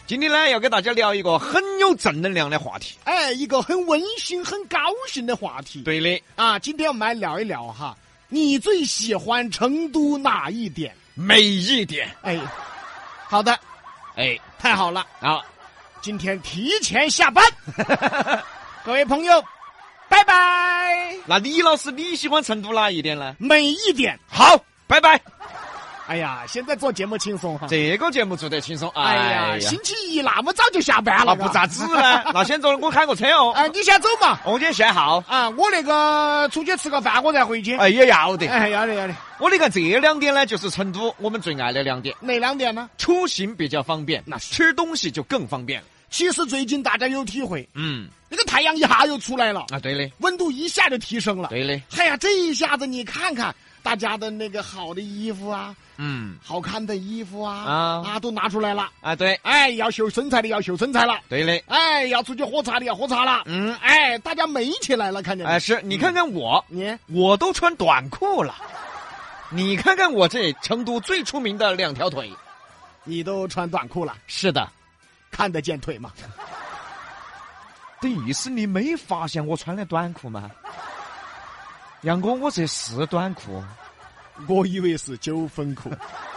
今天呢，要给大家聊一个很有正能量的话题。 哎，一个很温馨、很高兴的话题。 对的啊，今天我们来聊一聊哈，你最喜欢成都哪一点？ 每一点。 哎，好的， 哎， 太好了好， 今天提前下班，各位朋友，拜拜。 那李老师，你喜欢成都哪一点呢？ 每一点。 好，拜拜。 哎呀，现在做节目轻松哈。 这个节目做得轻松。 哎呀，星期一那么早就下班了， 不咋子呢？那先走，我开个车哦。 哎，你先走嘛。 我今天限号啊，我那个出去吃个饭，我再回去。 哎，也要得。 哎，要得。 我那个这2点呢，就是成都我们最爱的2点。 哪2点呢？ 出行比较方便， 那是吃东西就更方便。 其实最近大家有体会，那个太阳一下又出来了啊，对的， 温度一下就提升了， 对的。 哎呀，这一下子你看看大家的那个好的衣服啊，好看的衣服啊，都拿出来了啊，对， 哎，要秀身材的要秀身材了， 对的， 哎，要出去喝茶的要喝茶了，哎，大家美起来了，看见没？ 哎，是你看看我，我都穿短裤了，你看看我这成都最出名的2条腿， 你都穿短裤了？ 是的。 看得见腿吗？ 的意思你没发现我穿的短裤吗？杨哥，我这是短裤， 我以为是9分裤。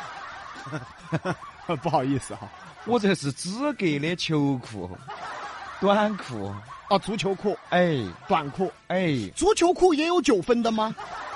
不好意思哈， 我这是资格的球裤，短裤。 哦，足球裤， 哎， 短裤， 哎， 足球裤也有9分的吗？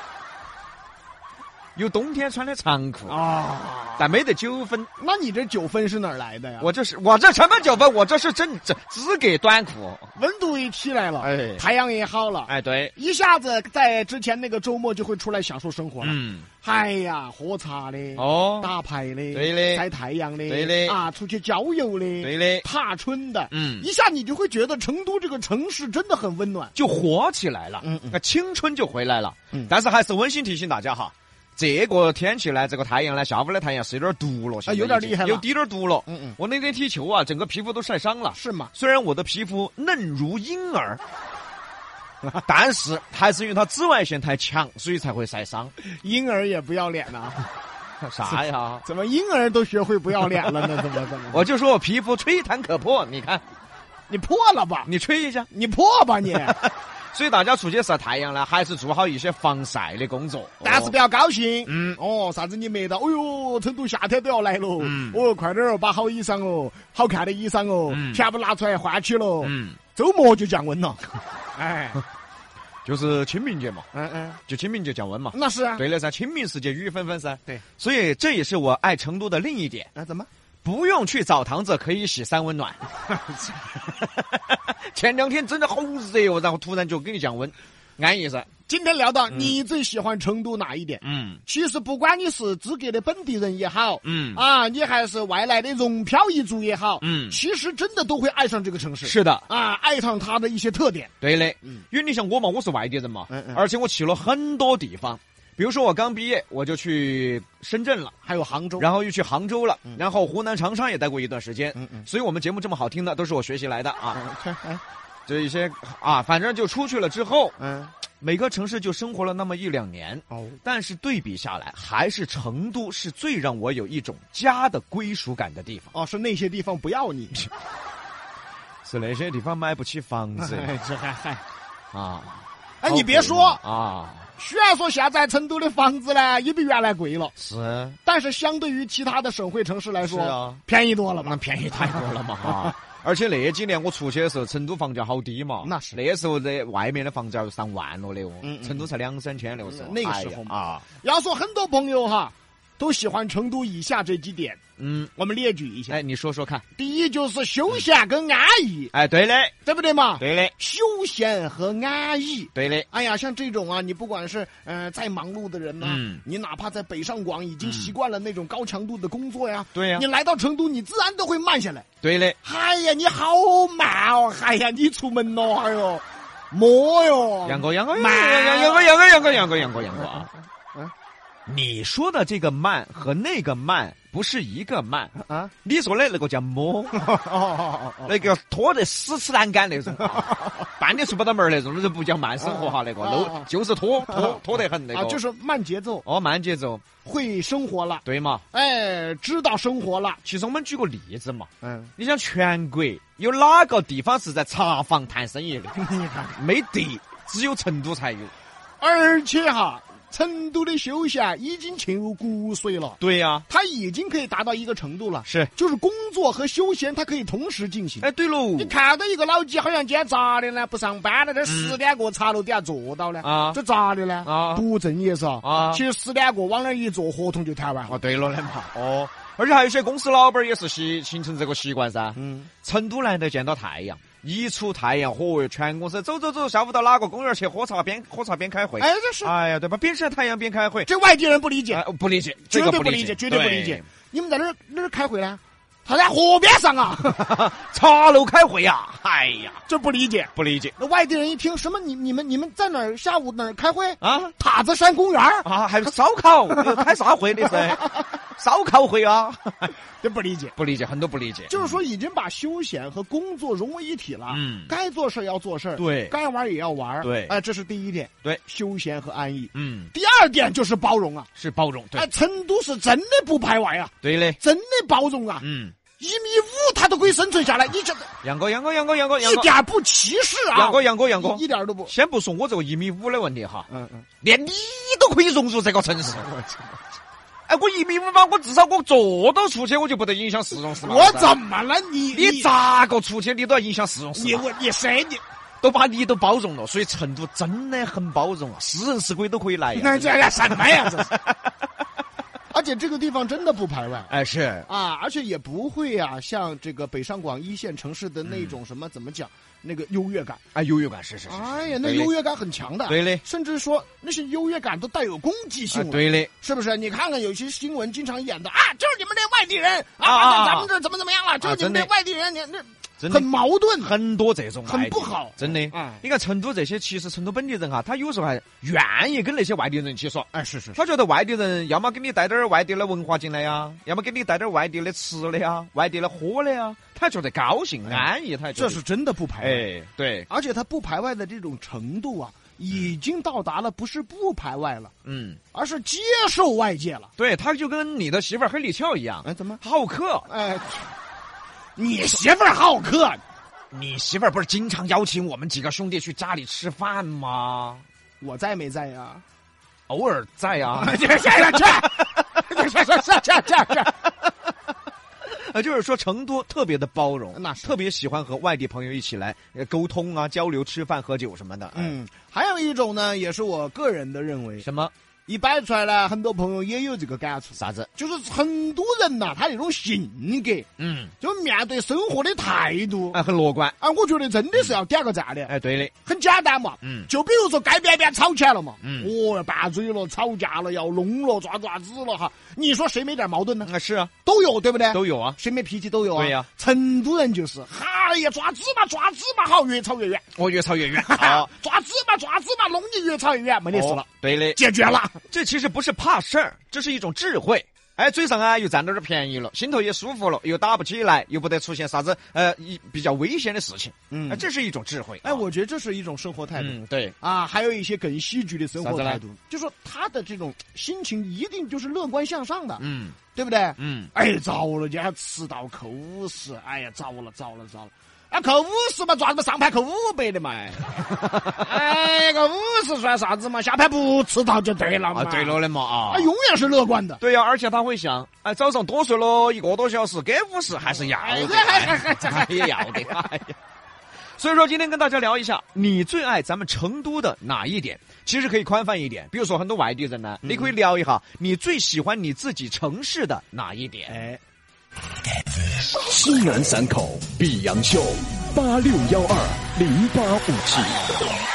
有冬天穿的长裤啊， 但没得9分。 那你这9分是哪儿来的呀？ 我这什么9分？我这是真资格短裤。 温度一起来了，哎，太阳也好了， 哎，对， 一下子在之前那个周末就会出来享受生活了。哎呀，喝茶的，哦，打牌的， 对的， 晒太阳的， 对的， 啊，出去郊游的， 对的， 踏春的，一下你就会觉得成都这个城市真的很温暖， 就活起来了，青春就回来了。但是还是温馨提醒大家哈。这个天气呢，这个太阳呢，下午的太阳是有点毒了， 有点厉害了， 有滴点毒了。我那天踢球啊，整个皮肤都晒伤了。 是吗？ 虽然我的皮肤嫩如婴儿，但是还是因为它紫外线太强，所以才会晒伤。 婴儿也不要脸呐、 啥呀？ 怎么婴儿都学会不要脸了呢？怎么？ 我就说我皮肤吹弹可破，你看， 你破了吧？ 你吹一下， 你破吧你。 所以大家出去晒太阳呢，还是做好一些防晒的工作， 但是不要高兴。啥子你没到？哎呦，成都夏天都要来了。快点儿把好衣裳哦，好看的衣裳哦，全部拿出来换起了。周末就降温了。哎， 就是清明节嘛。就清明节降温嘛。 那是啊。 对了噻，清明时节雨纷纷噻。 对， 所以这也是我爱成都的另一点。 怎么？ 不用去澡堂子，可以洗3温暖。前2天真的好热哦，然后突然就给你降温，安逸噻。 今天聊到你最喜欢成都哪一点？其实不管你是资格的本地人也好，你还是外来的蓉漂一族也好，其实真的都会爱上这个城市。 是的啊，爱上它的一些特点。 对的，因为你像我嘛，我是外地人嘛，而且我去了很多地方。比如说我刚毕业，我就去深圳了， 还有杭州， 然后又去杭州了，然后湖南长沙也待过一段时间。所以我们节目这么好听的，都是我学习来的啊。这一些啊，反正就出去了之后，每个城市就生活了那么1-2年。但是对比下来，还是成都是最让我有一种家的归属感的地方。 是那些地方不要你， 是那些地方买不起房子。 这还啊， 你别说啊。 虽然说现在成都的房子呢也比原来贵了， 是， 但是相对于其他的省会城市来说，便宜多了嘛， 那便宜太多了嘛。而且那几年我出去的时候，成都房价好低嘛， 那是那时候在外面的房价上万了的哦，成都才2-3千的时候， 那个时候啊。 要说很多朋友哈都喜欢成都以下这几点，我们列举一下。 你说说看。 第一就是休闲跟安逸。 对的， 对不对嘛？ 对的， 休闲和安逸。 对的。 哎呀，像这种啊，你不管是再忙碌的人呢，你哪怕在北上广已经习惯了那种高强度的工作呀， 对呀， 你来到成都，你自然都会慢下来。 对的。 哎呀，你好慢哦！哎呀，你出门了，哎呦，莫哟， 杨哥啊！ 你说的这个慢和那个慢不是一个慢啊！你说的那个叫摸，那个拖得死吃烂干那种，半点出不到门那种，那不叫慢生活哈，那个就是拖得很那个， 就是慢节奏哦，慢节奏， 会生活了， 对嘛？ 哎，知道生活了。 其实我们举个例子嘛，你想全国有哪个地方是在茶坊谈生意的？你看没得，只有成都才有， 而且哈。成都的休闲已经进入骨髓了， 对呀， 它已经可以达到一个程度了， 是， 就是工作和休闲它可以同时进行。 哎，对喽， 你看到一个老几好像今天咋的呢？不上班了，这10点过茶楼底下坐到呢，啊，这咋的呢？啊，不正业是啊，其实10点过往那一坐，合同就谈完了。 哦，对了的嘛，哦，而且还有些公司老板也是形成这个习惯噻。成都难得见到太阳。一出太阳，全公司走，下午到哪个公园去喝茶边开会。哎，这是，哎呀，对吧？边晒太阳边开会， 这外地人不理解， 不理解， 绝对不理解，绝对不理解。你们在哪儿开会呢？他在河边上啊， 茶楼开会呀！哎呀， 这不理解， 不理解。 那外地人一听什么，你们在哪儿？下午哪儿开会啊？塔子山公园啊，还有烧烤，开啥会的噻？烧烤会啊， 这不理解， 不理解，很多不理解。 就是说，已经把休闲和工作融为一体了。该做事要做事， 对； 该玩也要玩， 对。 哎，这是第一点， 对， 休闲和安逸。第二点就是包容啊， 是包容。对， 哎，成都是真的不排外啊， 对的， 真的包容啊。1.5米他都可以生存下来，你这杨哥， 一点不歧视啊！ 杨哥， 一点都不。 先不说我这个1.5米的问题哈，连你都可以融入这个城市。哎，我1.5米嘛，我至少我坐到出去，我就不得影响市容市貌。 我怎么了？ 你咋个出去，你都要影响市容市貌？ 你谁你？ 都把你都包容了，所以成都真的很包容啊，是人是鬼都可以来呀。 那这什么呀？这是。而且这个地方真的不排外， 哎是啊，而且也不会啊，像这个北上广1线城市的那种什么怎么讲，那个优越感， 哎，优越感是， 哎呀，那优越感很强的， 对嘞， 甚至说那些优越感都带有攻击性， 对嘞， 是不是？你看看有些新闻经常演的啊，就是你们这外地人啊，咱们这怎么样了？就是你们这外地人，你那。很矛盾， 很多这种很不好， 真的。你看成都这些，其实成都本地人哈，他有时候还愿意跟那些外地人一起说。 哎，是， 他觉得外地人要么给你带点外地的文化进来呀，要么给你带点外地的吃的呀，外地的喝的呀，他觉得高兴安逸，他这是真的不排外。 哎，对， 而且他不排外的这种程度啊，已经到达了不是不排外了，而是接受外界了。 对，他就跟你的媳妇儿黑李俏一样， 哎，怎么好客？ 哎。你媳妇儿好客， 你媳妇儿不是经常邀请我们几个兄弟去家里吃饭吗？ 我在没在呀？ 偶尔在呀。 去， 就是说成都特别的包容， 那是特别喜欢和外地朋友一起来沟通啊、交流、吃饭、喝酒什么的。 还有一种呢，也是我个人的认为， 什么？ 一摆出来呢，很多朋友也有这个感触。 啥子？ 就是成都人呐，他那种性格，就面对生活的态度， 很乐观。 我觉得真的是要点个赞的。 哎，对的， 很简单嘛。就比如说街边边吵起来了嘛，拌嘴了，吵架了，要弄了，抓子了哈。你说谁没点矛盾呢？ 是啊， 都有，对不对？ 都有啊， 谁没脾气都有啊。 对呀， 成都人就是，哎呀，抓子嘛，好，越吵越远。 越吵越远。 抓子嘛，弄你越吵越远，没得事了。 对的， 解决了。 这其实不是怕事儿，这是一种智慧。哎，嘴上啊又占到点便宜了，心头也舒服了，又打不起来，又不得出现啥子比较危险的事情。这是一种智慧。 哎，我觉得这是一种生活态度。 对啊，还有一些更喜剧的生活态度，就说他的这种心情一定就是乐观向上的。对不对？哎，糟了，今天迟到扣50，哎呀，糟了。啊，扣50嘛，抓子上盘扣500的嘛。哎，个50算啥子嘛？下盘不迟到就对了嘛。 对了的嘛啊， 永远是乐观的。 对呀，而且他会想，哎，早上多睡了1个多小时，给50还是要的，也要的。哎呀，所以说今天跟大家聊一下，你最爱咱们成都的哪一点？其实可以宽泛一点，比如说很多外地人呢，你可以聊一下你最喜欢你自己城市的哪一点。 哎，西南3口碧阳秀86120857。